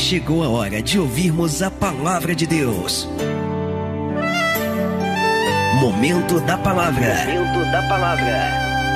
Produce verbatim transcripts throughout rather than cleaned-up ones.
Chegou a hora de ouvirmos a palavra de Deus. Momento da palavra. Momento da palavra.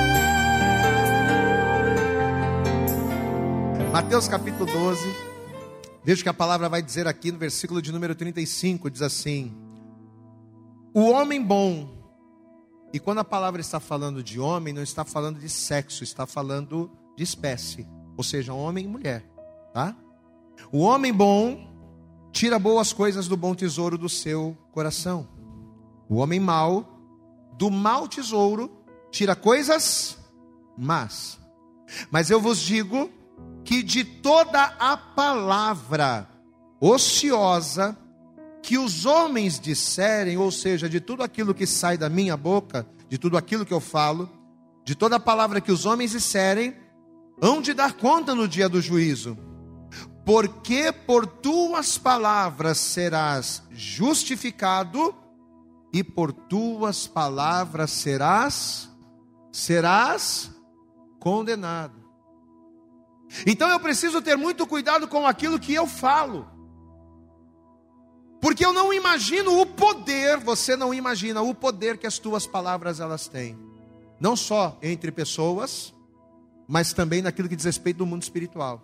Mateus capítulo doze. Veja que a palavra vai dizer aqui no versículo de número trinta e cinco, diz assim: o homem bom. E quando a palavra está falando de homem, não está falando de sexo, está falando de espécie, ou seja, homem e mulher, tá? O homem bom tira boas coisas do bom tesouro do seu coração. O homem mau, do mau tesouro, tira coisas más. Mas eu vos digo que de toda a palavra ociosa que os homens disserem, ou seja, de tudo aquilo que sai da minha boca, de tudo aquilo que eu falo, de toda a palavra que os homens disserem, hão de dar conta no dia do juízo. Porque por tuas palavras serás justificado, e por tuas palavras serás, serás condenado. Então eu preciso ter muito cuidado com aquilo que eu falo. Porque eu não imagino o poder, você não imagina o poder que as tuas palavras elas têm. Não só entre pessoas, mas também naquilo que diz respeito do mundo espiritual.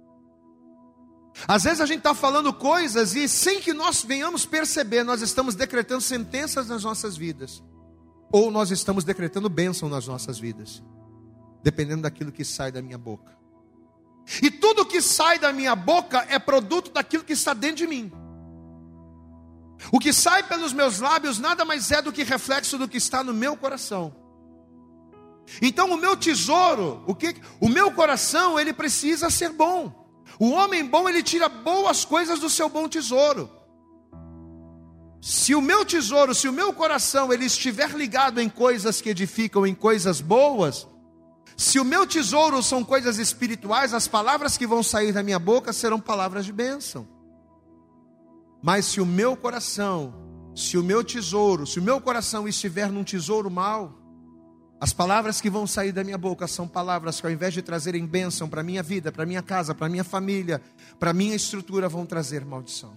Às vezes a gente está falando coisas e sem que nós venhamos perceber, nós estamos decretando sentenças nas nossas vidas. Ou nós estamos decretando bênção nas nossas vidas. Dependendo daquilo que sai da minha boca. E tudo que sai da minha boca é produto daquilo que está dentro de mim. O que sai pelos meus lábios nada mais é do que reflexo do que está no meu coração. Então o meu tesouro, o, que, o meu coração, ele precisa ser bom. O homem bom, ele tira boas coisas do seu bom tesouro. Se o meu tesouro, se o meu coração, ele estiver ligado em coisas que edificam, em coisas boas, se o meu tesouro são coisas espirituais, as palavras que vão sair da minha boca serão palavras de bênção. Mas se o meu coração, se o meu tesouro, se o meu coração estiver num tesouro mau, as palavras que vão sair da minha boca são palavras que ao invés de trazerem bênção para a minha vida, para a minha casa, para a minha família, para a minha estrutura, vão trazer maldição.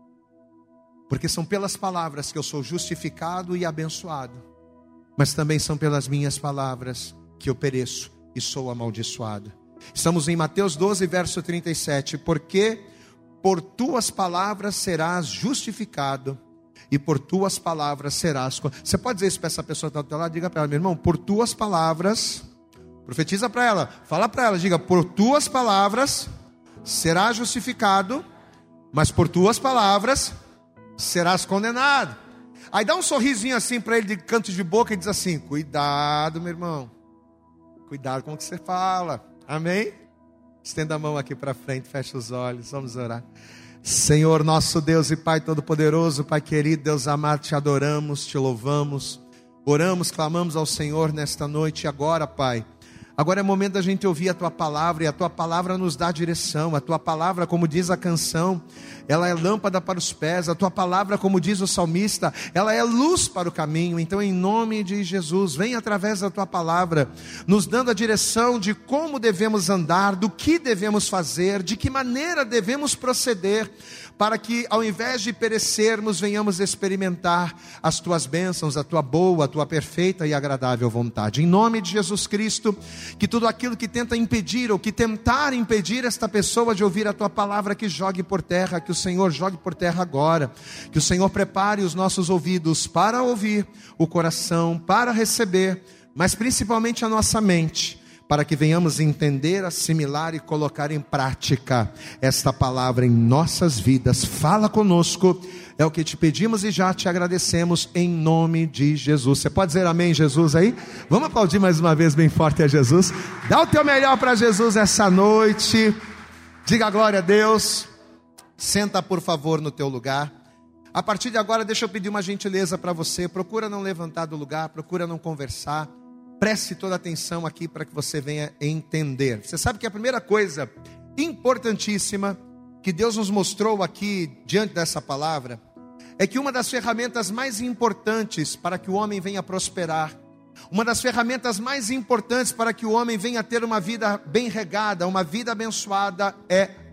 Porque são pelas palavras que eu sou justificado e abençoado, mas também são pelas minhas palavras que eu pereço e sou amaldiçoado. Estamos em Mateus doze, verso trinta e sete. Porque por tuas palavras serás justificado, e por tuas palavras serás... Você pode dizer isso para essa pessoa que está do teu lado? Diga para ela: meu irmão, por tuas palavras, profetiza para ela, fala para ela, diga: por tuas palavras serás justificado, mas por tuas palavras serás condenado. Aí dá um sorrisinho assim para ele de canto de boca e diz assim: cuidado, meu irmão, cuidado com o que você fala. Amém? Estenda a mão aqui para frente, fecha os olhos, vamos orar. Senhor, nosso Deus e Pai Todo-Poderoso, Pai querido, Deus amado, te adoramos, te louvamos, oramos, clamamos ao Senhor nesta noite e agora, Pai. Agora é momento da gente ouvir a Tua Palavra, e a Tua Palavra nos dá direção. A Tua Palavra, como diz a canção, ela é lâmpada para os pés. A Tua Palavra, como diz o salmista, ela é luz para o caminho. Então, em nome de Jesus, vem através da Tua Palavra, nos dando a direção de como devemos andar, do que devemos fazer, de que maneira devemos proceder, para que ao invés de perecermos, venhamos experimentar as Tuas bênçãos, a Tua boa, a Tua perfeita e agradável vontade. Em nome de Jesus Cristo, que tudo aquilo que tenta impedir, ou que tentar impedir esta pessoa de ouvir a Tua Palavra, que jogue por terra, que o Senhor jogue por terra agora, que o Senhor prepare os nossos ouvidos para ouvir, o coração para receber, mas principalmente a nossa mente, para que venhamos entender, assimilar e colocar em prática esta palavra em nossas vidas. Fala conosco, é o que te pedimos e já te agradecemos em nome de Jesus. Você pode dizer amém, Jesus, aí? Vamos aplaudir mais uma vez bem forte a Jesus. Dá o teu melhor para Jesus essa noite. Diga glória a Deus. Senta por favor no teu lugar. A partir de agora deixa eu pedir uma gentileza para você. Procura não levantar do lugar, procura não conversar. Preste toda a atenção aqui para que você venha entender. Você sabe que a primeira coisa importantíssima que Deus nos mostrou aqui diante dessa palavra é que uma das ferramentas mais importantes para que o homem venha prosperar, uma das ferramentas mais importantes para que o homem venha ter uma vida bem regada, uma vida abençoada, é a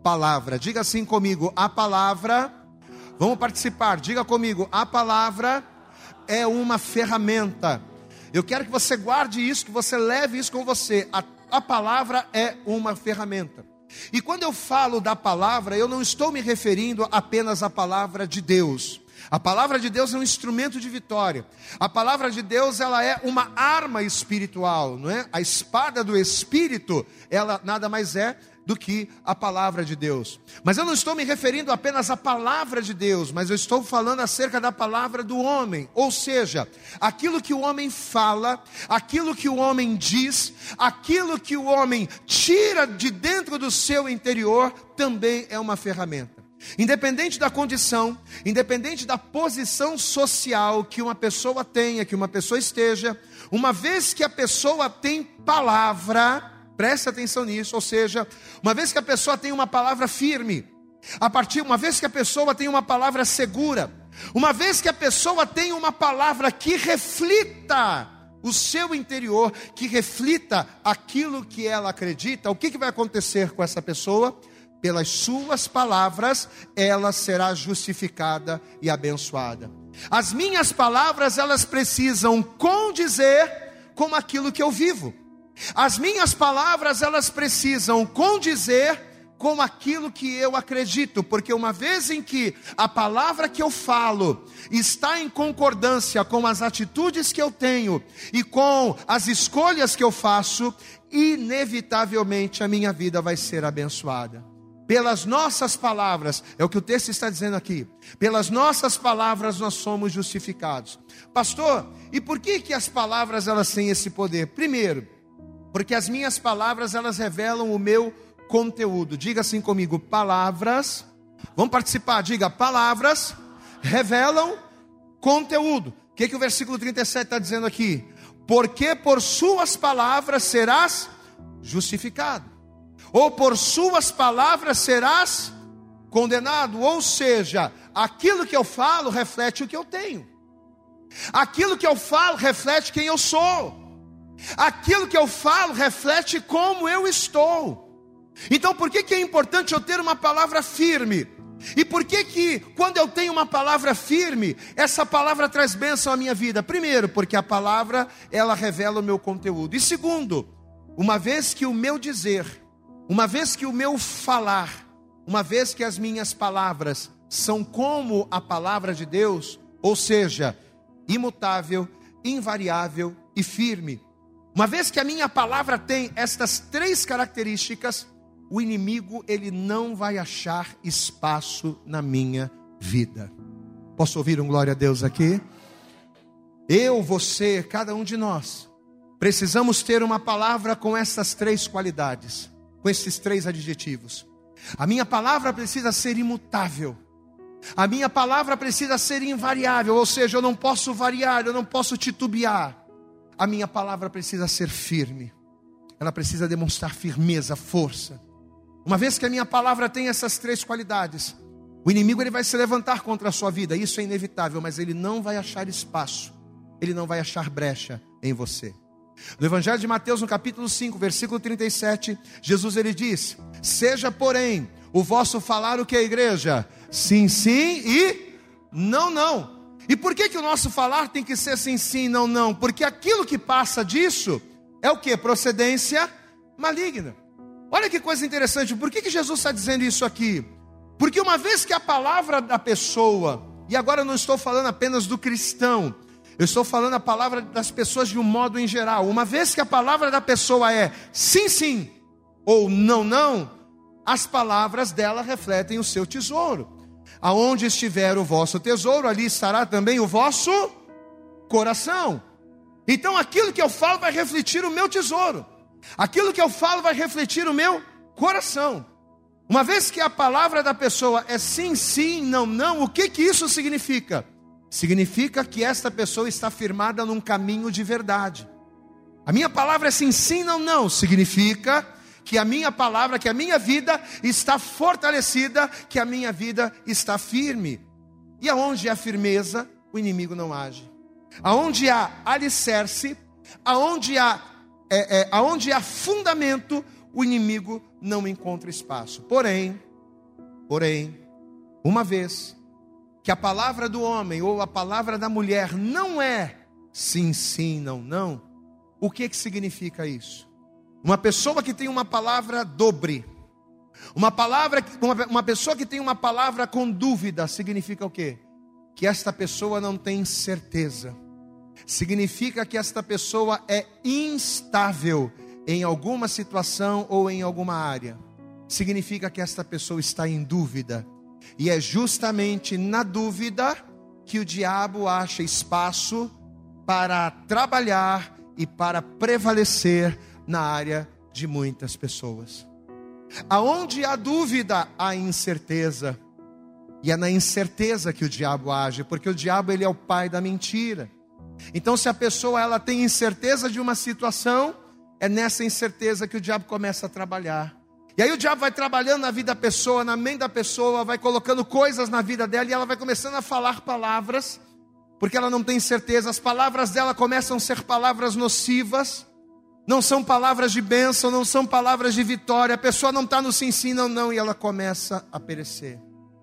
palavra. Diga assim comigo, a palavra, vamos participar, diga comigo, a palavra é uma ferramenta. Eu quero que você guarde isso, que você leve isso com você. A, a palavra é uma ferramenta. E quando eu falo da palavra, eu não estou me referindo apenas à palavra de Deus. A palavra de Deus é um instrumento de vitória. A palavra de Deus, ela é uma arma espiritual, não é? A espada do Espírito, ela nada mais é do que a palavra de Deus. Mas eu não estou me referindo apenas à palavra de Deus, mas eu estou falando acerca da palavra do homem. Ou seja, aquilo que o homem fala, aquilo que o homem diz, aquilo que o homem tira de dentro do seu interior, também é uma ferramenta. Independente da condição, independente da posição social que uma pessoa tenha, que uma pessoa esteja, uma vez que a pessoa tem palavra, preste atenção nisso, ou seja, uma vez que a pessoa tem uma palavra firme, a partir, uma vez que a pessoa tem uma palavra segura, uma vez que a pessoa tem uma palavra que reflita o seu interior, que reflita aquilo que ela acredita, o que, que vai acontecer com essa pessoa? Pelas suas palavras, ela será justificada e abençoada. As minhas palavras, elas precisam condizer com aquilo que eu vivo. As minhas palavras, elas precisam condizer com aquilo que eu acredito, porque uma vez em que a palavra que eu falo está em concordância com as atitudes que eu tenho e com as escolhas que eu faço, inevitavelmente a minha vida vai ser abençoada. Pelas nossas palavras, é o que o texto está dizendo aqui, pelas nossas palavras nós somos justificados. Pastor, e por que que as palavras elas têm esse poder? Primeiro, porque as minhas palavras elas revelam o meu conteúdo. Diga assim comigo, palavras, vamos participar, diga, palavras revelam conteúdo. O que que o versículo trinta e sete está dizendo aqui? Porque por suas palavras serás justificado, ou por suas palavras serás condenado. Ou seja, aquilo que eu falo reflete o que eu tenho, aquilo que eu falo reflete quem eu sou, aquilo que eu falo reflete como eu estou. Então por que que é importante eu ter uma palavra firme? E por que que quando eu tenho uma palavra firme, essa palavra traz bênção à minha vida? Primeiro, porque a palavra ela revela o meu conteúdo. E segundo, uma vez que o meu dizer, uma vez que o meu falar, uma vez que as minhas palavras são como a palavra de Deus, ou seja, imutável, invariável e firme, uma vez que a minha palavra tem estas três características, o inimigo ele não vai achar espaço na minha vida. Posso ouvir um glória a Deus aqui? Eu, você, cada um de nós, precisamos ter uma palavra com essas três qualidades, com esses três adjetivos. A minha palavra precisa ser imutável, a minha palavra precisa ser invariável, ou seja, eu não posso variar, eu não posso titubear. A minha palavra precisa ser firme, ela precisa demonstrar firmeza, força. Uma vez que a minha palavra tem essas três qualidades, o inimigo ele vai se levantar contra a sua vida, isso é inevitável, mas ele não vai achar espaço, ele não vai achar brecha em você. No Evangelho de Mateus, no capítulo cinco, versículo trinta e sete, Jesus ele diz: seja porém o vosso falar o que a igreja? Sim, sim e não, não. E por que que o nosso falar tem que ser sim, sim, não, não? Porque aquilo que passa disso é o que? Procedência maligna. Olha que coisa interessante, por que que Jesus está dizendo isso aqui? Porque uma vez que a palavra da pessoa, e agora eu não estou falando apenas do cristão, eu estou falando a palavra das pessoas de um modo em geral, uma vez que a palavra da pessoa é sim, sim, ou não, não, as palavras dela refletem o seu tesouro. Aonde estiver o vosso tesouro, ali estará também o vosso coração. Então aquilo que eu falo vai refletir o meu tesouro, aquilo que eu falo vai refletir o meu coração. Uma vez que a palavra da pessoa é sim, sim, não, não, o que que isso significa? Significa que esta pessoa está firmada num caminho de verdade. A minha palavra é sim, sim, não, não, significa que a minha palavra, que a minha vida está fortalecida, que a minha vida está firme. E aonde há firmeza, o inimigo não age. Aonde há alicerce, aonde há, é, é, aonde há fundamento, o inimigo não encontra espaço. Porém, Porém, uma vez que a palavra do homem ou a palavra da mulher não é sim, sim, não, não, o que que significa isso? Uma pessoa que tem uma palavra dobre, uma palavra, uma, uma pessoa que tem uma palavra com dúvida, significa o quê? Que esta pessoa não tem certeza. Significa que esta pessoa é instável em alguma situação ou em alguma área. Significa que esta pessoa está em dúvida. E é justamente na dúvida que o diabo acha espaço para trabalhar e para prevalecer na área de muitas pessoas. Aonde há dúvida, há incerteza. E é na incerteza que o diabo age, porque o diabo ele é o pai da mentira. Então, se a pessoa ela tem incerteza de uma situação, é nessa incerteza que o diabo começa a trabalhar. E aí o diabo vai trabalhando na vida da pessoa, na mente da pessoa, vai colocando coisas na vida dela, e ela vai começando a falar palavras, porque ela não tem certeza. As palavras dela começam a ser palavras nocivas, não são palavras de bênção, não são palavras de vitória. A pessoa não está no sim, sim, não, não, e ela começa a perecer.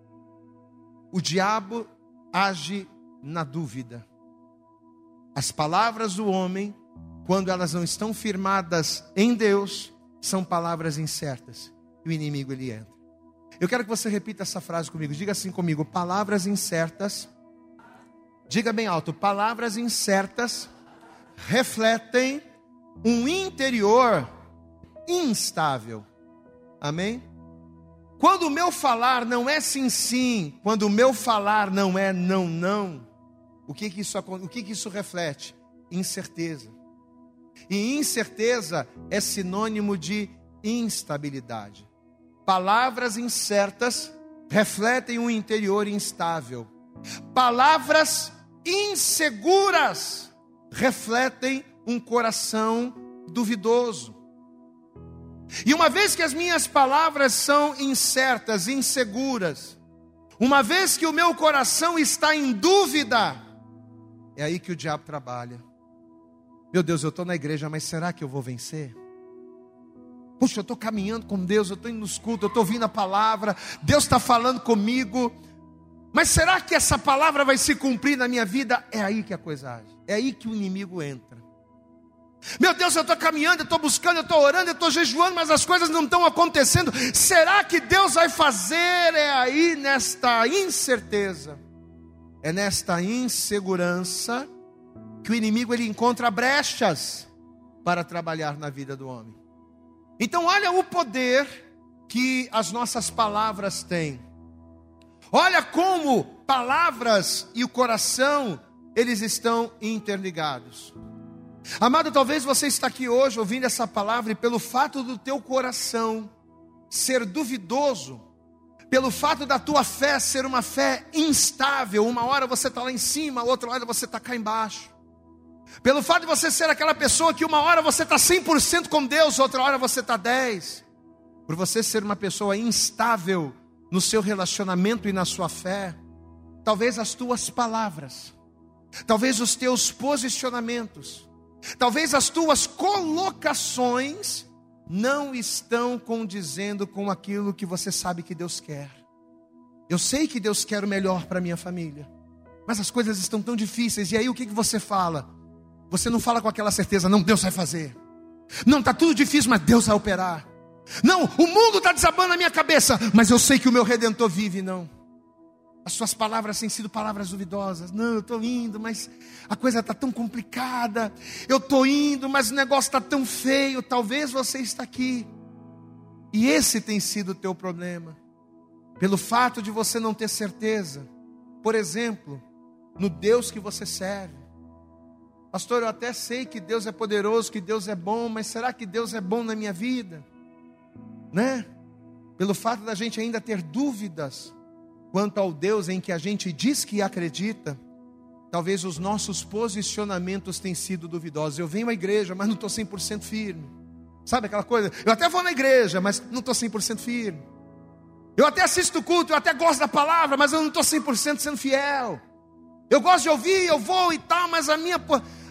O diabo age na dúvida. As palavras do homem, quando elas não estão firmadas em Deus, são palavras incertas. E o inimigo ele entra. Eu quero que você repita essa frase comigo. Diga assim comigo: palavras incertas. Diga bem alto: palavras incertas refletem um interior instável. Amém? Quando o meu falar não é sim, sim, quando o meu falar não é não, não, o que que isso, o que que isso reflete? Incerteza. E incerteza é sinônimo de instabilidade. Palavras incertas refletem um interior instável. Palavras inseguras refletem um coração duvidoso. E uma vez que as minhas palavras são incertas, inseguras, uma vez que o meu coração está em dúvida, é aí que o diabo trabalha. Meu Deus, eu estou na igreja, mas será que eu vou vencer? Puxa, eu estou caminhando com Deus, eu estou indo nos cultos, eu estou ouvindo a palavra, Deus está falando comigo, mas será que essa palavra vai se cumprir na minha vida? É aí que a coisa age, é aí que o inimigo entra. Meu Deus, eu estou caminhando, eu estou buscando, eu estou orando, eu estou jejuando, mas as coisas não estão acontecendo. Será que Deus vai fazer? É aí nesta incerteza, é nesta insegurança que o inimigo ele encontra brechas para trabalhar na vida do homem. Então olha o poder que as nossas palavras têm. Olha como palavras e o coração, eles estão interligados. Amado, talvez você está aqui hoje ouvindo essa palavra e pelo fato do teu coração ser duvidoso, pelo fato da tua fé ser uma fé instável, uma hora você está lá em cima, outra hora você está cá embaixo. Pelo fato de você ser aquela pessoa que uma hora você está cem por cento com Deus, outra hora você está dez por cento. Por você ser uma pessoa instável no seu relacionamento e na sua fé, talvez as tuas palavras, talvez os teus posicionamentos, talvez as tuas colocações não estão condizendo com aquilo que você sabe que Deus quer. Eu sei que Deus quer o melhor para a minha família, mas as coisas estão tão difíceis. E aí o que, que você fala? Você não fala com aquela certeza: não, Deus vai fazer. Não, está tudo difícil, mas Deus vai operar. Não, o mundo está desabando na minha cabeça, mas eu sei que o meu Redentor vive. Não, as suas palavras têm sido palavras duvidosas. Não, eu estou indo, mas a coisa está tão complicada. Eu estou indo, mas o negócio está tão feio. Talvez você está aqui e esse tem sido o teu problema, pelo fato de você não ter certeza, por exemplo, no Deus que você serve. Pastor, eu até sei que Deus é poderoso, que Deus é bom, mas será que Deus é bom na minha vida? Né? Pelo fato da gente ainda ter dúvidas quanto ao Deus em que a gente diz que acredita, talvez os nossos posicionamentos tenham sido duvidosos. Eu venho à igreja, mas não estou cem por cento firme. Sabe aquela coisa? Eu até vou na igreja, mas não estou cem por cento firme. Eu até assisto o culto, eu até gosto da palavra, mas eu não estou cem por cento sendo fiel. Eu gosto de ouvir, eu vou e tal, mas a minha...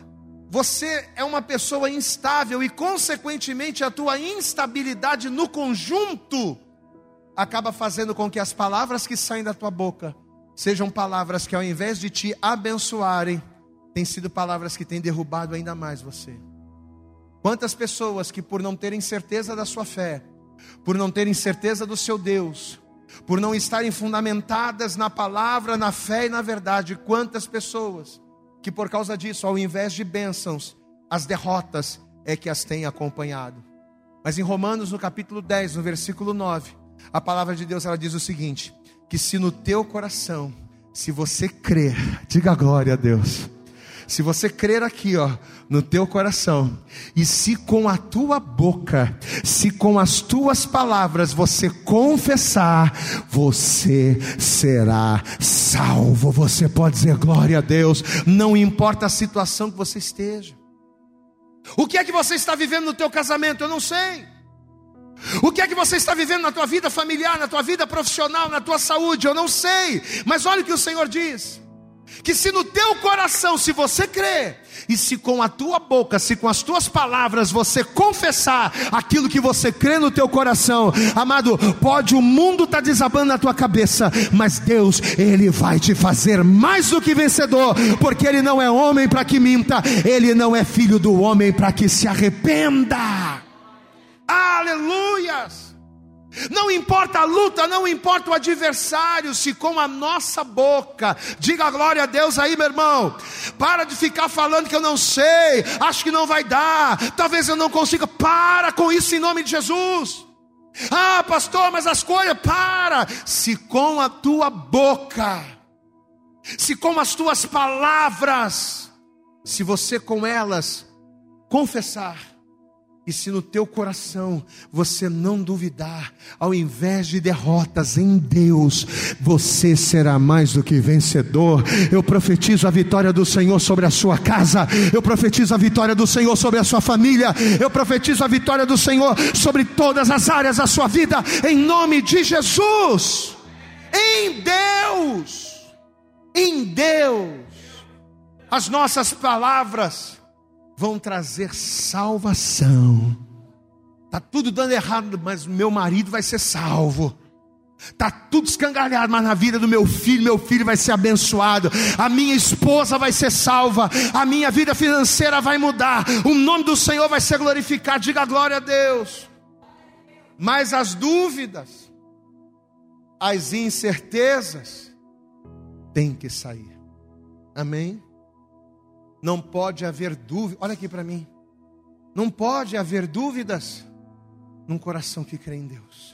Você é uma pessoa instável e consequentemente a tua instabilidade no conjunto acaba fazendo com que as palavras que saem da tua boca sejam palavras que, ao invés de te abençoarem, têm sido palavras que têm derrubado ainda mais você. Quantas pessoas que, por não terem certeza da sua fé, por não terem certeza do seu Deus, por não estarem fundamentadas na palavra, na fé e na verdade, quantas pessoas que por causa disso, ao invés de bênçãos, as derrotas é que as têm acompanhado. Mas em Romanos, no capítulo dez, no versículo nove, a palavra de Deus, ela diz o seguinte: que se no teu coração, se você crer, diga glória a Deus, se você crer aqui, ó, no teu coração, e se com a tua boca, se com as tuas palavras você confessar, você será salvo. Você pode dizer glória a Deus, não importa a situação que você esteja. O que é que você está vivendo no teu casamento? Eu não sei. O que é que você está vivendo na tua vida familiar, na tua vida profissional, na tua saúde? Eu não sei. Mas olha o que o Senhor diz: que se no teu coração, se você crer, e se com a tua boca, se com as tuas palavras você confessar aquilo que você crê no teu coração, amado, pode o mundo estar desabando na tua cabeça, mas Deus, Ele vai te fazer mais do que vencedor, porque Ele não é homem para que minta, Ele não é filho do homem para que se arrependa. Aleluias! Não importa a luta, não importa o adversário, se com a nossa boca, diga glória a Deus aí, meu irmão. Para de ficar falando que eu não sei, acho que não vai dar, talvez eu não consiga. Para com isso em nome de Jesus. Ah, pastor, mas as coisas, para. Se com a tua boca, se com as tuas palavras, se você com elas confessar, e se no teu coração você não duvidar, ao invés de derrotas em Deus, você será mais do que vencedor. Eu profetizo a vitória do Senhor sobre a sua casa, eu profetizo a vitória do Senhor sobre a sua família, eu profetizo a vitória do Senhor sobre todas as áreas da sua vida, em nome de Jesus. Em Deus, em Deus, as nossas palavras vão trazer salvação. Está tudo dando errado, mas meu marido vai ser salvo. Está tudo escangalhado, mas na vida do meu filho, meu filho vai ser abençoado. A minha esposa vai ser salva. A minha vida financeira vai mudar. O nome do Senhor vai ser glorificado. Diga glória a Deus. Mas as dúvidas, as incertezas têm que sair. Amém? Não pode haver dúvida, olha aqui para mim, não pode haver dúvidas num coração que crê em Deus.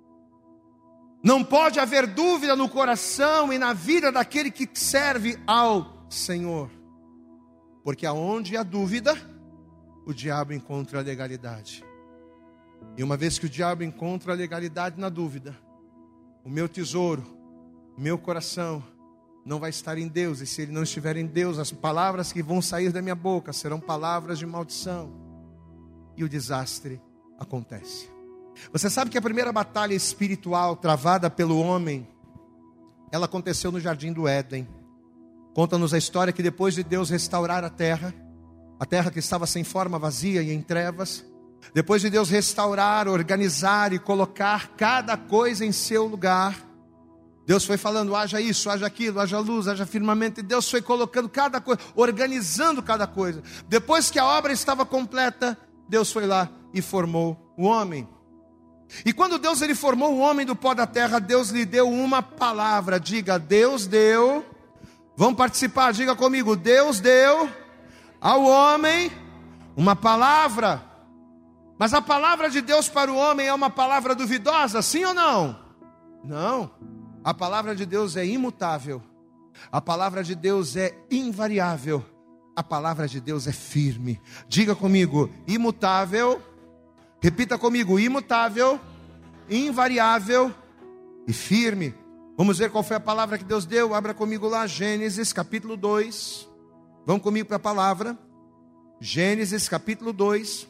Não pode haver dúvida no coração e na vida daquele que serve ao Senhor. Porque aonde há dúvida, o diabo encontra a legalidade. E uma vez que o diabo encontra a legalidade na dúvida, o meu tesouro, o meu coração não vai estar em Deus. E se ele não estiver em Deus, as palavras que vão sair da minha boca serão palavras de maldição, e o desastre acontece. Você sabe que a primeira batalha espiritual travada pelo homem, ela aconteceu no jardim do Éden. Conta-nos a história que depois de Deus restaurar a terra, a terra que estava sem forma, vazia e em trevas, depois de Deus restaurar, organizar e colocar cada coisa em seu lugar, Deus foi falando, haja isso, haja aquilo, haja luz, haja firmamento. E Deus foi colocando cada coisa, organizando cada coisa. Depois que a obra estava completa, Deus foi lá e formou o homem. E quando Deus ele formou o homem do pó da terra, Deus lhe deu uma palavra. Diga, Deus deu. Vamos participar, diga comigo. Deus deu ao homem uma palavra. Mas a palavra de Deus para o homem é uma palavra duvidosa, sim ou não? Não. A palavra de Deus é imutável. A palavra de Deus é invariável. A palavra de Deus é firme. Diga comigo, imutável. Repita comigo, imutável, invariável e firme. Vamos ver qual foi a palavra que Deus deu. Abra comigo lá, Gênesis capítulo dois. Vamos comigo para a palavra. Gênesis capítulo dois.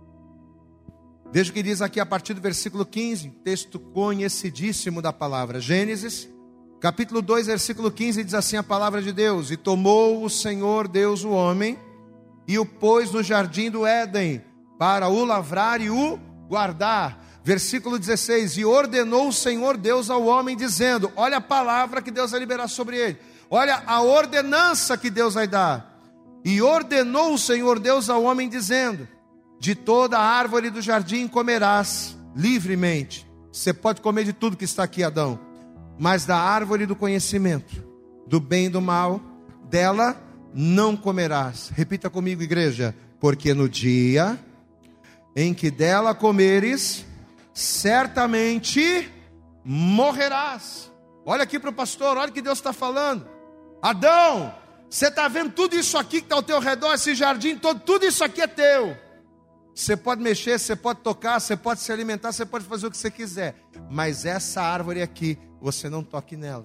Veja o que diz aqui a partir do versículo quinze, texto conhecidíssimo da palavra. Gênesis, capítulo dois, versículo quinze, diz assim a palavra de Deus: e tomou o Senhor Deus o homem, e o pôs no jardim do Éden, para o lavrar e o guardar. versículo dezesseis, e ordenou o Senhor Deus ao homem, dizendo, olha a palavra que Deus vai liberar sobre ele, olha a ordenança que Deus vai dar. E ordenou o Senhor Deus ao homem, dizendo, de toda a árvore do jardim comerás livremente. Você pode comer de tudo que está aqui, Adão, mas da árvore do conhecimento, do bem e do mal, dela não comerás. Repita comigo, igreja. Porque no dia em que dela comeres, certamente morrerás. Olha aqui para o pastor, olha o que Deus está falando. Adão, você está vendo tudo isso aqui que está ao teu redor, esse jardim todo, tudo isso aqui é teu. Você pode mexer, você pode tocar, você pode se alimentar, você pode fazer o que você quiser, mas essa árvore aqui, você não toque nela.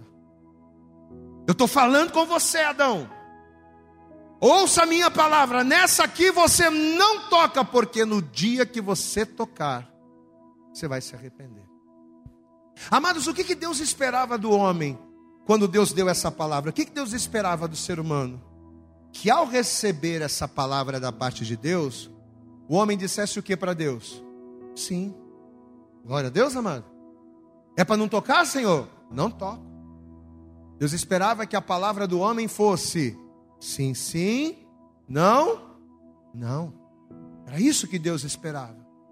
Eu estou falando com você, Adão. Ouça a minha palavra, nessa aqui você não toca, porque no dia que você tocar, você vai se arrepender. Amados, o que que Deus esperava do homem quando Deus deu essa palavra? O que que Deus esperava do ser humano? Que ao receber essa palavra da parte de Deus, o homem dissesse o que para Deus? Sim. Glória a Deus, amado. É para não tocar, Senhor? Não toco. Deus esperava que a palavra do homem fosse sim, sim, não, não. Era isso que Deus esperava.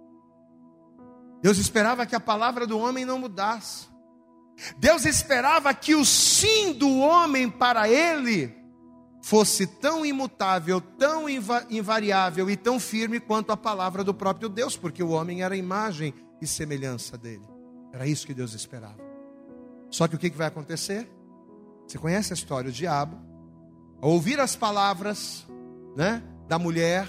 Deus esperava que a palavra do homem não mudasse. Deus esperava que o sim do homem para ele fosse tão imutável, tão inva- invariável e tão firme quanto a palavra do próprio Deus, porque o homem era a imagem e semelhança dele. Era isso que Deus esperava. Só que o que que vai acontecer? Você conhece a história, o diabo, ao ouvir as palavras, né, da mulher,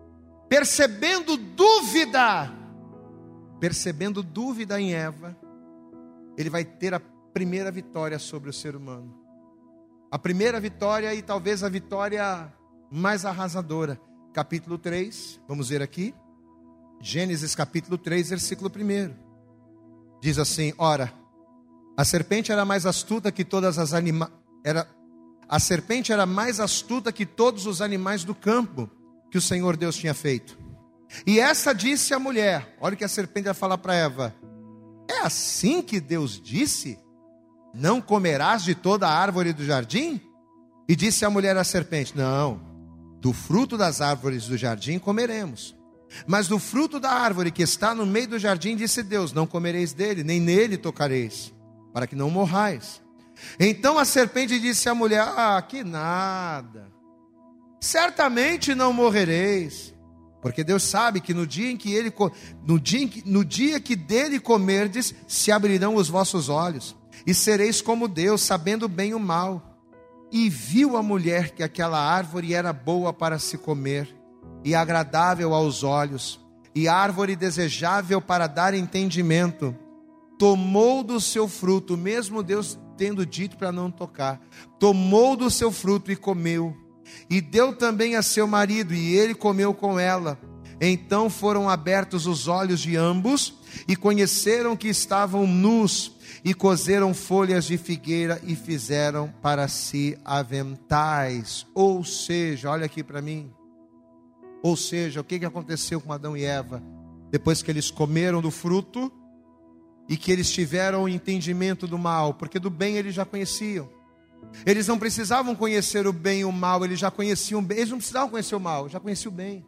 percebendo dúvida, percebendo dúvida em Eva, ele vai ter a primeira vitória sobre o ser humano. A primeira vitória e talvez a vitória mais arrasadora. Capítulo três, vamos ver aqui. Gênesis capítulo três, versículo um. Diz assim, ora, a serpente era mais astuta que todas as animais... Era... A serpente era mais astuta que todos os animais do campo que o Senhor Deus tinha feito. E essa disse à mulher, olha o que a serpente vai falar para Eva. É assim que Deus disse? Não comerás de toda a árvore do jardim? E disse a mulher à serpente, não, do fruto das árvores do jardim comeremos. Mas do fruto da árvore que está no meio do jardim, disse Deus, não comereis dele, nem nele tocareis, para que não morrais. Então a serpente disse à mulher, ah, que nada, certamente não morrereis, porque Deus sabe que no dia em que ele, no dia, em que, no dia que dele comerdes, se abrirão os vossos olhos, e sereis como Deus, sabendo bem o mal. E viu a mulher que aquela árvore era boa para se comer, e agradável aos olhos, e árvore desejável para dar entendimento. Tomou do seu fruto, mesmo Deus tendo dito para não tocar, tomou do seu fruto e comeu, e deu também a seu marido, e ele comeu com ela. Então foram abertos os olhos de ambos, e conheceram que estavam nus, e coseram folhas de figueira, e fizeram para si aventais. Ou seja, olha aqui para mim, ou seja, o que aconteceu com Adão e Eva, depois que eles comeram do fruto, e que eles tiveram o entendimento do mal, porque do bem eles já conheciam. Eles não precisavam conhecer o bem e o mal, eles já conheciam o bem. Eles não precisavam conhecer o mal, já conheciam o bem.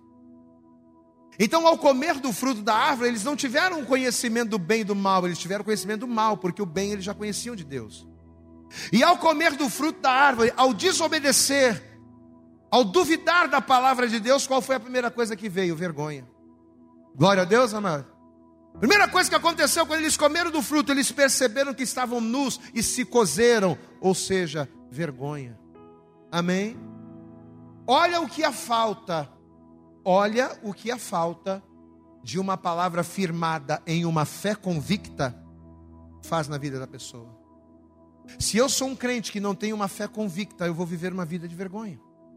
Então, ao comer do fruto da árvore, eles não tiveram o conhecimento do bem e do mal, eles tiveram o conhecimento do mal, porque o bem eles já conheciam de Deus. E ao comer do fruto da árvore, ao desobedecer, ao duvidar da palavra de Deus, qual foi a primeira coisa que veio? Vergonha. Glória a Deus, amado. Primeira coisa que aconteceu quando eles comeram do fruto, eles perceberam que estavam nus e se coseram, ou seja, vergonha. Amém? Olha o que a falta, olha o que a falta de uma palavra firmada em uma fé convicta faz na vida da pessoa. Se eu sou um crente que não tem uma fé convicta, eu vou viver uma vida de vergonha.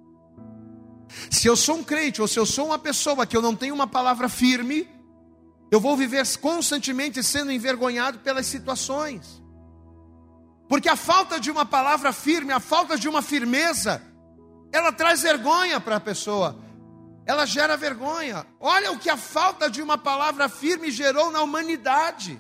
Se eu sou um crente, ou se eu sou uma pessoa que eu não tenho uma palavra firme, eu vou viver constantemente sendo envergonhado pelas situações. Porque a falta de uma palavra firme, a falta de uma firmeza, ela traz vergonha para a pessoa. ela gera vergonha. Olha o que a falta de uma palavra firme gerou na humanidade.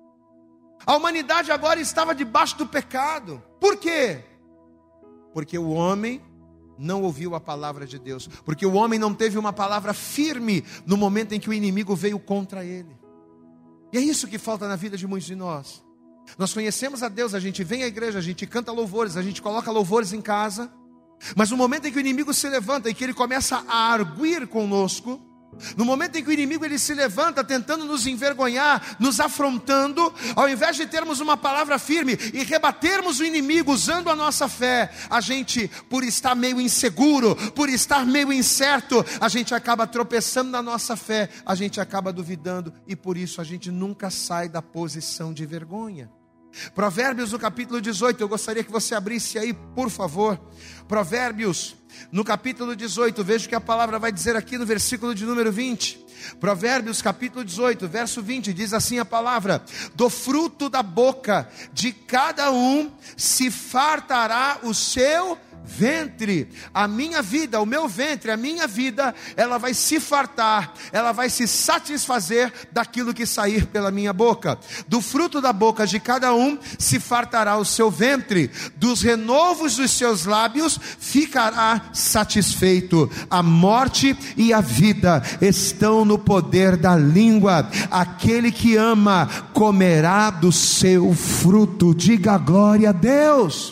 A humanidade agora estava debaixo do pecado. Por quê? Porque o homem não ouviu a palavra de Deus. Porque o homem não teve uma palavra firme no momento em que o inimigo veio contra ele. E é isso que falta na vida de muitos de nós. Nós conhecemos a Deus, a gente vem à igreja, a gente canta louvores, a gente coloca louvores em casa. Mas no momento em que o inimigo se levanta e que ele começa a arguir conosco, no momento em que o inimigo ele se levanta tentando nos envergonhar, nos afrontando, ao invés de termos uma palavra firme e rebatermos o inimigo usando a nossa fé, a gente, por estar meio inseguro, por estar meio incerto, a gente acaba tropeçando na nossa fé, a gente acaba duvidando e por isso a gente nunca sai da posição de vergonha. Provérbios no capítulo dezoito, eu gostaria que você abrisse aí, por favor. Provérbios no capítulo dezoito, veja o que a palavra vai dizer aqui no versículo de número vinte. Provérbios capítulo dezoito, verso vinte, diz assim a palavra: do fruto da boca de cada um se fartará o seu ventre. A minha vida, o meu ventre, a minha vida, ela vai se fartar, ela vai se satisfazer daquilo que sair pela minha boca. Do fruto da boca de cada um se fartará o seu ventre, dos renovos dos seus lábios ficará satisfeito. A morte e a vida estão no poder da língua, aquele que ama comerá do seu fruto. Diga glória a Deus.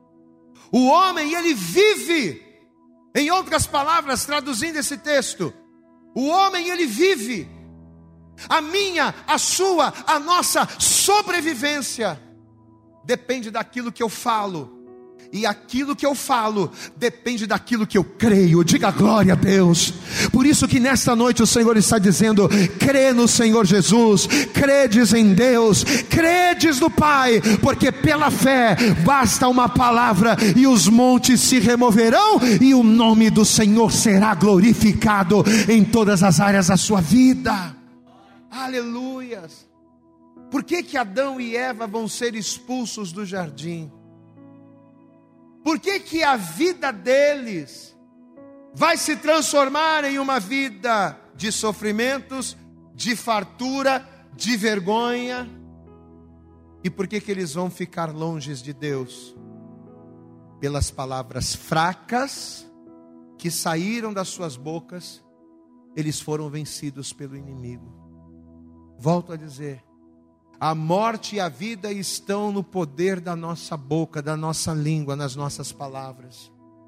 O homem, ele vive, em outras palavras, traduzindo esse texto, o homem, ele vive, a minha, a sua, a nossa sobrevivência depende daquilo que eu falo, e aquilo que eu falo depende daquilo que eu creio. Diga glória a Deus. Por isso que nesta noite o Senhor está dizendo: crê no Senhor Jesus, credes em Deus, credes no Pai, porque pela fé basta uma palavra e os montes se removerão e o nome do Senhor será glorificado em todas as áreas da sua vida. Aleluias. Por que que Adão e Eva vão ser expulsos do jardim? Por que que a vida deles vai se transformar em uma vida de sofrimentos, de fartura, de vergonha? E por que que eles vão ficar longe de Deus? Pelas palavras fracas que saíram das suas bocas, eles foram vencidos pelo inimigo. Volto a dizer, a morte e a vida estão no poder da nossa boca, da nossa língua, nas nossas palavras.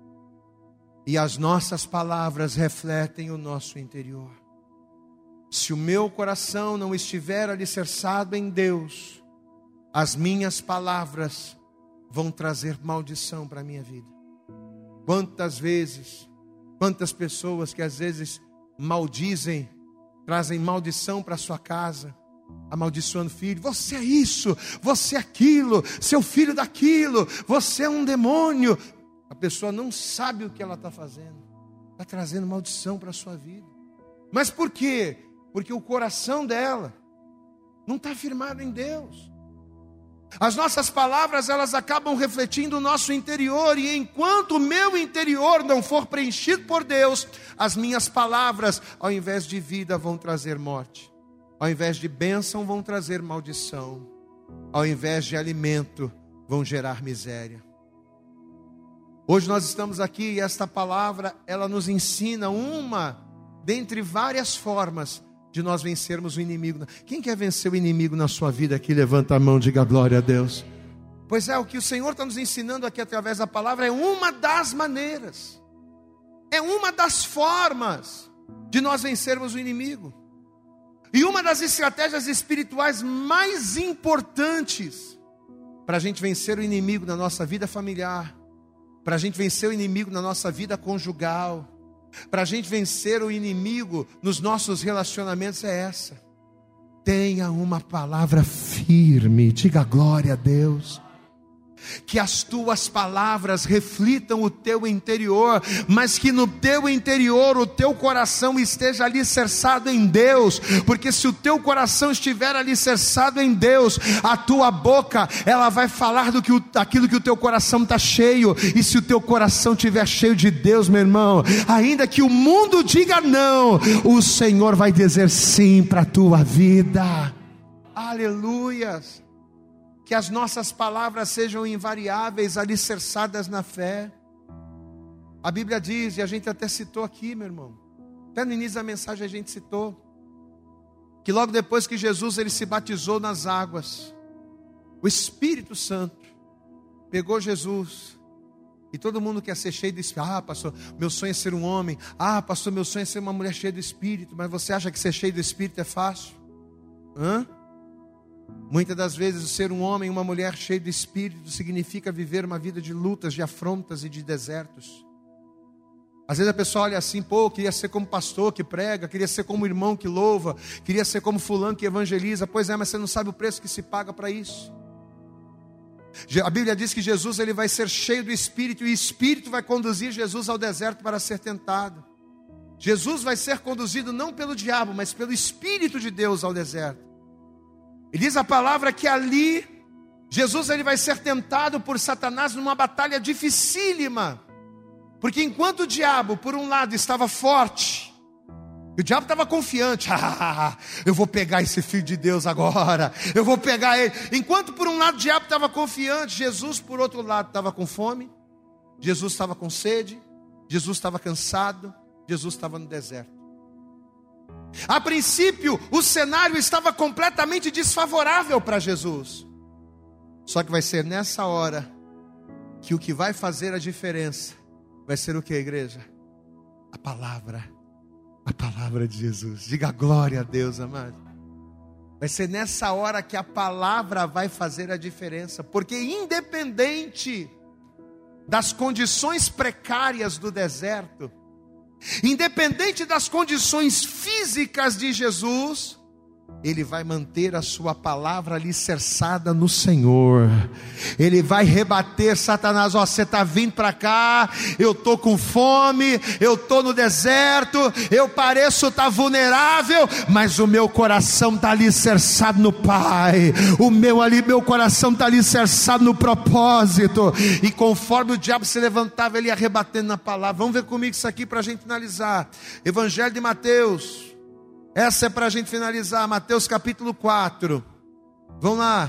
E as nossas palavras refletem o nosso interior. Se o meu coração não estiver alicerçado em Deus, as minhas palavras vão trazer maldição para a minha vida. Quantas vezes, quantas pessoas que às vezes maldizem, trazem maldição para a sua casa, amaldiçoando o filho: você é isso, você é aquilo, seu filho daquilo, você é um demônio. A pessoa não sabe o que ela está fazendo, está trazendo maldição para a sua vida. Mas por quê? Porque o coração dela não está firmado em Deus. As nossas palavras, elas acabam refletindo o nosso interior, e enquanto o meu interior não for preenchido por Deus, as minhas palavras, ao invés de vida, vão trazer morte. Ao invés de bênção, vão trazer maldição. Ao invés de alimento, vão gerar miséria. Hoje nós estamos aqui e esta palavra, ela nos ensina uma dentre várias formas de nós vencermos o inimigo. Quem quer vencer o inimigo na sua vida aqui? Levanta a mão, diga glória a Deus. Pois é, o que o Senhor está nos ensinando aqui através da palavra é uma das maneiras, é uma das formas de nós vencermos o inimigo. E uma das estratégias espirituais mais importantes para a gente vencer o inimigo na nossa vida familiar, para a gente vencer o inimigo na nossa vida conjugal, para a gente vencer o inimigo nos nossos relacionamentos é essa: tenha uma palavra firme, diga glória a Deus. que as tuas palavras reflitam o teu interior, mas que no teu interior o teu coração esteja alicerçado em Deus, porque se o teu coração estiver alicerçado em Deus, a tua boca, ela vai falar do que o, daquilo que o teu coração está cheio, e se o teu coração estiver cheio de Deus, meu irmão, ainda que o mundo diga não, o Senhor vai dizer sim para a tua vida. Aleluias. Que as nossas palavras sejam invariáveis, alicerçadas na fé. A Bíblia diz, e a gente até citou aqui, meu irmão, até no início da mensagem a gente citou, que logo depois que Jesus ele se batizou nas águas, o Espírito Santo pegou Jesus, e todo mundo quer ser cheio do Espírito. Ah, pastor, meu sonho é ser um homem. Ah, pastor, meu sonho é ser uma mulher cheia do Espírito. Mas você acha que ser cheio do Espírito é fácil? Hã? Muitas das vezes ser um homem e uma mulher cheio do Espírito significa viver uma vida de lutas, de afrontas e de desertos. Às vezes a pessoa olha assim, pô, queria ser como pastor que prega, queria ser como irmão que louva, queria ser como fulano que evangeliza. Pois é, mas você não sabe o preço que se paga para isso. A Bíblia diz que Jesus ele vai ser cheio do Espírito, e o Espírito vai conduzir Jesus ao deserto para ser tentado. Jesus vai ser conduzido não pelo diabo, mas pelo Espírito de Deus ao deserto. E diz a palavra que ali, Jesus ele vai ser tentado por Satanás numa batalha dificílima. Porque enquanto o diabo, por um lado, estava forte, o diabo estava confiante, ah, eu vou pegar esse filho de Deus agora, eu vou pegar ele. Enquanto por um lado o diabo estava confiante, Jesus por outro lado estava com fome, Jesus estava com sede, Jesus estava cansado, Jesus estava no deserto. A princípio, o cenário estava completamente desfavorável para Jesus. Só que vai ser nessa hora que o que vai fazer a diferença vai ser o que, igreja? A palavra. A palavra de Jesus. Diga glória a Deus, amado. Vai ser nessa hora que a palavra vai fazer a diferença. Porque independente das condições precárias do deserto, independente das condições físicas de Jesus, Ele vai manter a sua palavra alicerçada no Senhor. Ele vai rebater Satanás. Ó, você está vindo para cá, eu estou com fome, eu estou no deserto, eu pareço estar vulnerável, mas o meu coração está alicerçado no Pai. O meu, ali, meu coração está alicerçado no propósito. E conforme o diabo se levantava, ele ia rebatendo na palavra. Vamos ver comigo isso aqui para a gente finalizar. Evangelho de Mateus. Essa é para a gente finalizar, Mateus capítulo quatro. Vamos lá.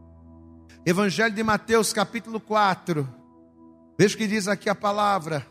Evangelho de Mateus capítulo quatro. Veja o que diz aqui a palavra.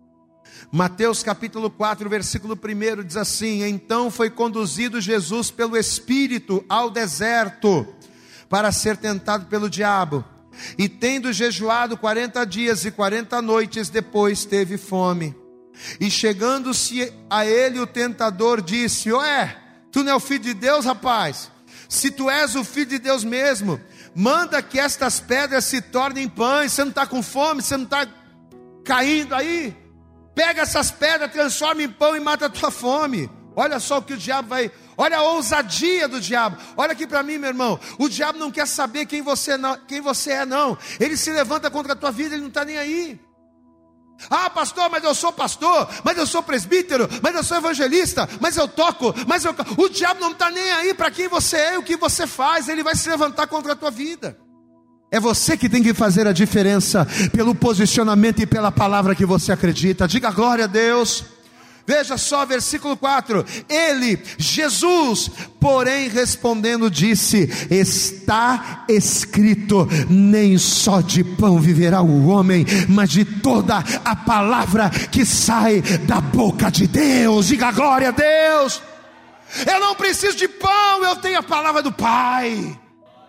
Mateus capítulo quatro, versículo um diz assim: Então foi conduzido Jesus pelo Espírito ao deserto, para ser tentado pelo diabo. E tendo jejuado quarenta dias e quarenta noites, depois teve fome. E chegando-se a ele o tentador disse: Ué, tu não é o filho de Deus, rapaz? Se tu és o filho de Deus mesmo, manda que estas pedras se tornem pães. Você não está com fome? Você não está caindo aí? Pega essas pedras, transforma em pão e mata a tua fome. Olha só o que o diabo vai... Olha a ousadia do diabo. Olha aqui para mim, meu irmão. O diabo não quer saber quem você, não, quem você é, não. Ele se levanta contra a tua vida, ele não está nem aí. Ah, pastor, mas eu sou pastor, mas eu sou presbítero, mas eu sou evangelista, mas eu toco, mas eu... O diabo não está nem aí para quem você é e o que você faz. Ele vai se levantar contra a tua vida. É você que tem que fazer a diferença pelo posicionamento e pela palavra que você acredita. Diga glória a Deus. Veja só, versículo quatro. Ele, Jesus, porém respondendo disse: Está escrito, nem só de pão viverá o homem, mas de toda a palavra que sai da boca de Deus. Diga glória a Deus. Eu não preciso de pão, eu tenho a palavra do Pai.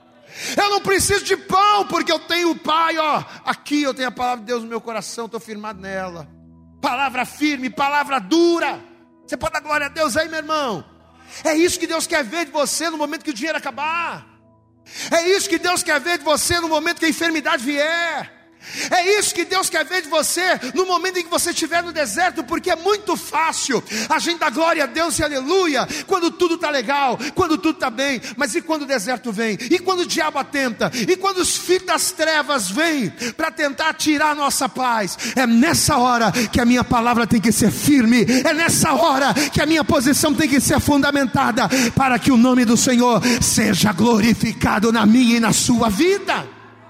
Eu não preciso de pão, porque eu tenho o Pai, ó. Aqui eu tenho a palavra de Deus no meu coração, estou firmado nela. Palavra firme, palavra dura. Você pode dar glória a Deus aí, meu irmão? É isso que Deus quer ver de você no momento que o dinheiro acabar. É isso que Deus quer ver de você no momento que a enfermidade vier. É isso que Deus quer ver de você no momento em que você estiver no deserto, porque é muito fácil a gente dar glória a Deus e aleluia quando tudo está legal, quando tudo está bem. Mas e quando o deserto vem? E quando o diabo atenta? E quando os filhos das trevas vêm para tentar tirar a nossa paz? É nessa hora que a minha palavra tem que ser firme, é nessa hora que a minha posição tem que ser fundamentada, para que o nome do Senhor seja glorificado na minha e na sua vida.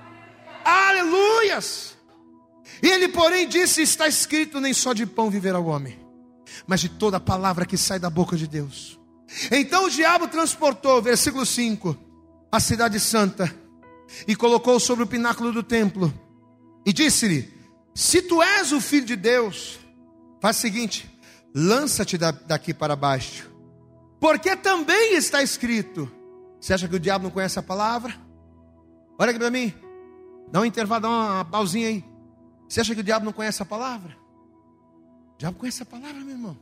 Aleluias! E ele porém disse: está escrito, nem só de pão viverá o homem, mas de toda a palavra que sai da boca de Deus. Então o diabo transportou, versículo cinco, a cidade santa, e colocou sobre o pináculo do templo, e disse-lhe: se tu és o filho de Deus, faz o seguinte, lança-te daqui para baixo, porque também está escrito. Você acha que o diabo não conhece a palavra? Olha aqui para mim, dá um intervalo, dá uma pausinha aí. Você acha que o diabo não conhece a palavra? O diabo conhece a palavra, meu irmão.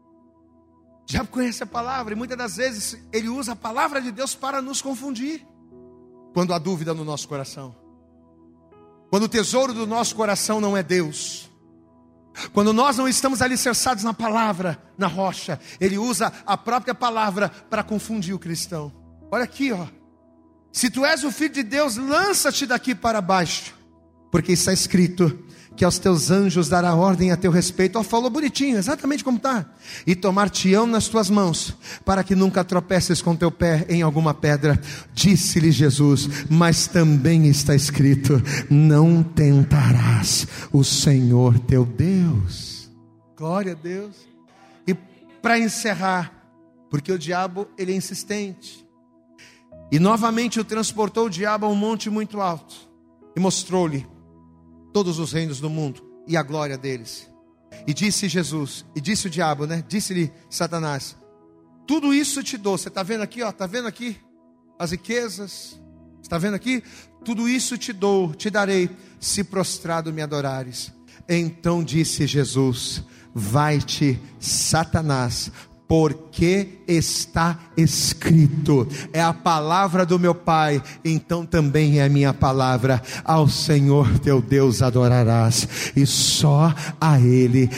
O diabo conhece a palavra, e muitas das vezes ele usa a palavra de Deus para nos confundir, quando há dúvida no nosso coração, quando o tesouro do nosso coração não é Deus, quando nós não estamos alicerçados na palavra, na rocha, ele usa a própria palavra para confundir o cristão. Olha aqui, ó. Se tu és o filho de Deus, lança-te daqui para baixo, porque está escrito que aos teus anjos dará ordem a teu respeito. Ó, falou bonitinho, exatamente como está. E tomar-te-ão nas tuas mãos, para que nunca tropeces com teu pé em alguma pedra. Disse-lhe Jesus: mas também está escrito: não tentarás o Senhor teu Deus. Glória a Deus. E para encerrar, porque o diabo ele é insistente, e novamente o transportou o diabo a um monte muito alto, e mostrou-lhe todos os reinos do mundo e a glória deles. E disse Jesus, e disse o diabo, né? Disse-lhe Satanás: tudo isso te dou. Você está vendo aqui, ó? Está vendo aqui as riquezas? Está vendo aqui? Tudo isso te dou, te darei, se prostrado me adorares. Então disse Jesus: vai-te, Satanás, porque está escrito. É a palavra do meu Pai, então também é a minha palavra. Ao Senhor teu Deus adorarás, e só a Ele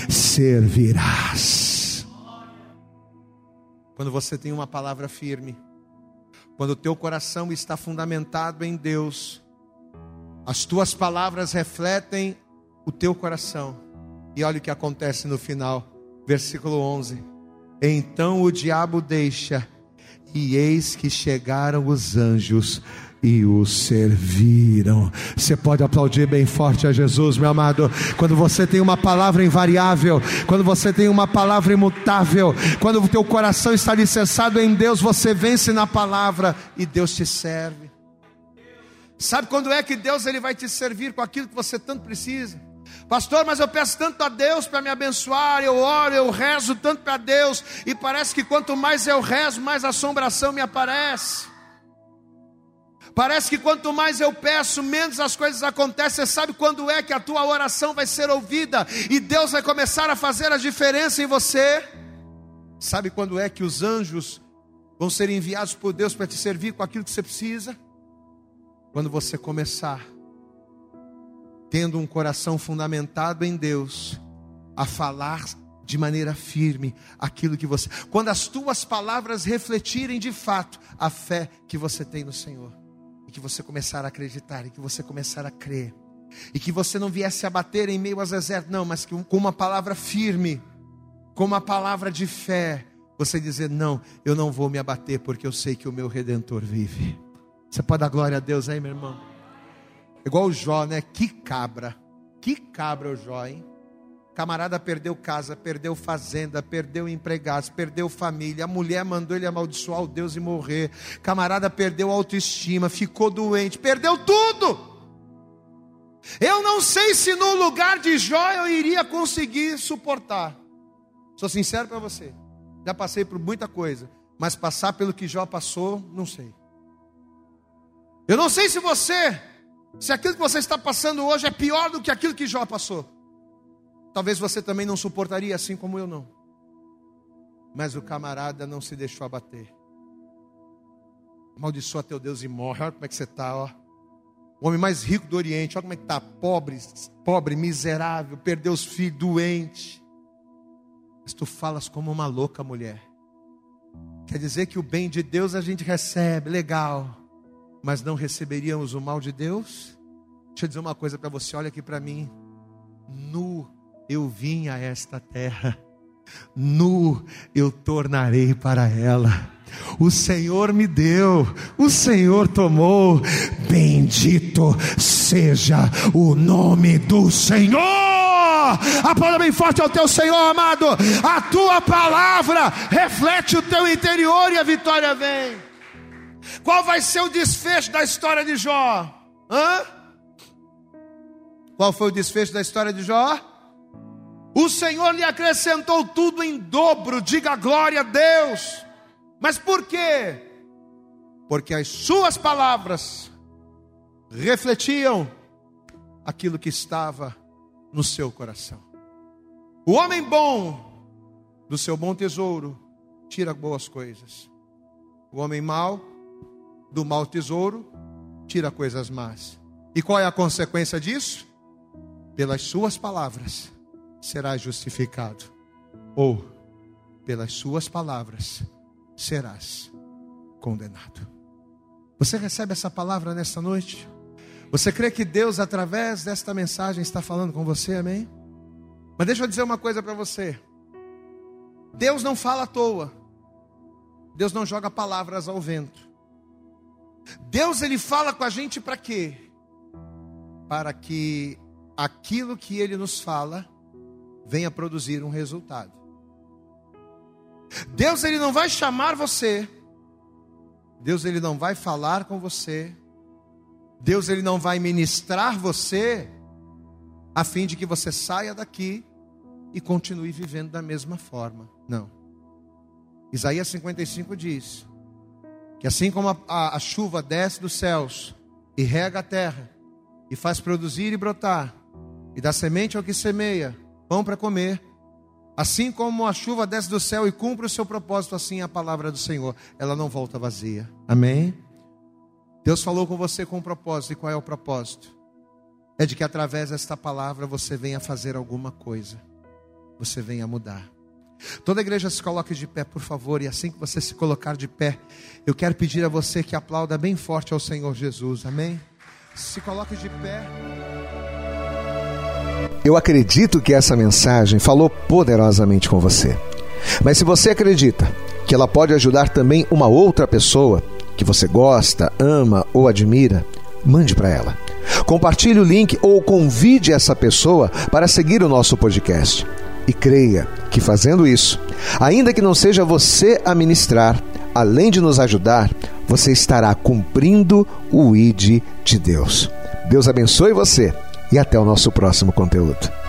servirás. Quando você tem uma palavra firme, quando o teu coração está fundamentado em Deus, as tuas palavras refletem o teu coração. E olha o que acontece no final, versículo onze. Então o diabo deixa, e eis que chegaram os anjos e o serviram. Você pode aplaudir bem forte a Jesus, meu amado. Quando você tem uma palavra invariável, quando você tem uma palavra imutável, quando o teu coração está alicerçado em Deus, você vence na palavra e Deus te serve. Sabe quando é que Deus ele vai te servir com aquilo que você tanto precisa? Pastor, mas eu peço tanto a Deus para me abençoar, eu oro, eu rezo tanto para Deus, e parece que quanto mais eu rezo, mais assombração me aparece. Parece que quanto mais eu peço, menos as coisas acontecem. Você sabe quando é que a tua oração vai ser ouvida e Deus vai começar a fazer a diferença em você? Sabe quando é que os anjos vão ser enviados por Deus para te servir com aquilo que você precisa? Quando você começar, tendo um coração fundamentado em Deus, a falar de maneira firme aquilo que você... Quando as tuas palavras refletirem de fato a fé que você tem no Senhor, e que você começar a acreditar, e que você começar a crer, e que você não viesse a bater em meio aos desertos, não, mas que com uma palavra firme, com uma palavra de fé, você dizer: não, eu não vou me abater, porque eu sei que o meu Redentor vive. Você pode dar glória a Deus aí, meu irmão? Igual o Jó, né? Que cabra, que cabra o Jó, hein? Camarada perdeu casa, perdeu fazenda, perdeu empregados, perdeu família. A mulher mandou ele amaldiçoar o Deus e morrer. Camarada perdeu autoestima, ficou doente, perdeu tudo. Eu não sei se no lugar de Jó eu iria conseguir suportar. Sou sincero para você, já passei por muita coisa, mas passar pelo que Jó passou, não sei. Eu não sei se você... se aquilo que você está passando hoje é pior do que aquilo que Jó passou. Talvez você também não suportaria, assim como eu não. Mas o camarada não se deixou abater. Amaldiçoa teu Deus e morre. Olha como é que você está, ó. O homem mais rico do Oriente, olha como é que está, pobre, pobre, miserável, perdeu os filhos, doente. Mas tu falas como uma louca mulher. Quer dizer que o bem de Deus a gente recebe, legal. Mas não receberíamos o mal de Deus? Deixa eu dizer uma coisa para você, olha aqui para mim. Nu eu vim a esta terra, nu eu tornarei para ela. O Senhor me deu, o Senhor tomou. Bendito seja o nome do Senhor. Aplauda bem forte ao teu Senhor, amado. A tua palavra reflete o teu interior e a vitória vem. Qual vai ser o desfecho da história de Jó? Hã? Qual foi o desfecho da história de Jó? O Senhor lhe acrescentou tudo em dobro. Diga glória a Deus. Mas por quê? Porque as suas palavras refletiam aquilo que estava no seu coração. O homem bom, do seu bom tesouro, tira boas coisas. O homem mau, do mau tesouro, tira coisas más. E qual é a consequência disso? Pelas suas palavras serás justificado, ou pelas suas palavras serás condenado. Você recebe essa palavra nesta noite? Você crê que Deus, através desta mensagem, está falando com você, amém? Mas deixa eu dizer uma coisa para você. Deus não fala à toa. Deus não joga palavras ao vento. Deus, Ele fala com a gente para quê? Para que aquilo que Ele nos fala venha produzir um resultado. Deus, Ele não vai chamar você. Deus, Ele não vai falar com você. Deus, Ele não vai ministrar você a fim de que você saia daqui e continue vivendo da mesma forma. Não. Isaías cinquenta e cinco diz que assim como a, a, a chuva desce dos céus e rega a terra e faz produzir e brotar e dá semente ao que semeia, pão para comer, assim como a chuva desce do céu e cumpre o seu propósito, assim é a palavra do Senhor, ela não volta vazia. Amém? Deus falou com você com um propósito. E qual é o propósito? É de que através desta palavra você venha fazer alguma coisa, você venha mudar. Toda a igreja se coloque de pé, por favor. E assim que você se colocar de pé, eu quero pedir a você que aplauda bem forte ao Senhor Jesus. Amém? Se coloque de pé. Eu acredito que essa mensagem falou poderosamente com você. Mas se você acredita que ela pode ajudar também uma outra pessoa que você gosta, ama ou admira, mande para ela. Compartilhe o link ou convide essa pessoa para seguir o nosso podcast. E creia que fazendo isso, ainda que não seja você a ministrar, além de nos ajudar, você estará cumprindo o I D de Deus. Deus abençoe você e até o nosso próximo conteúdo.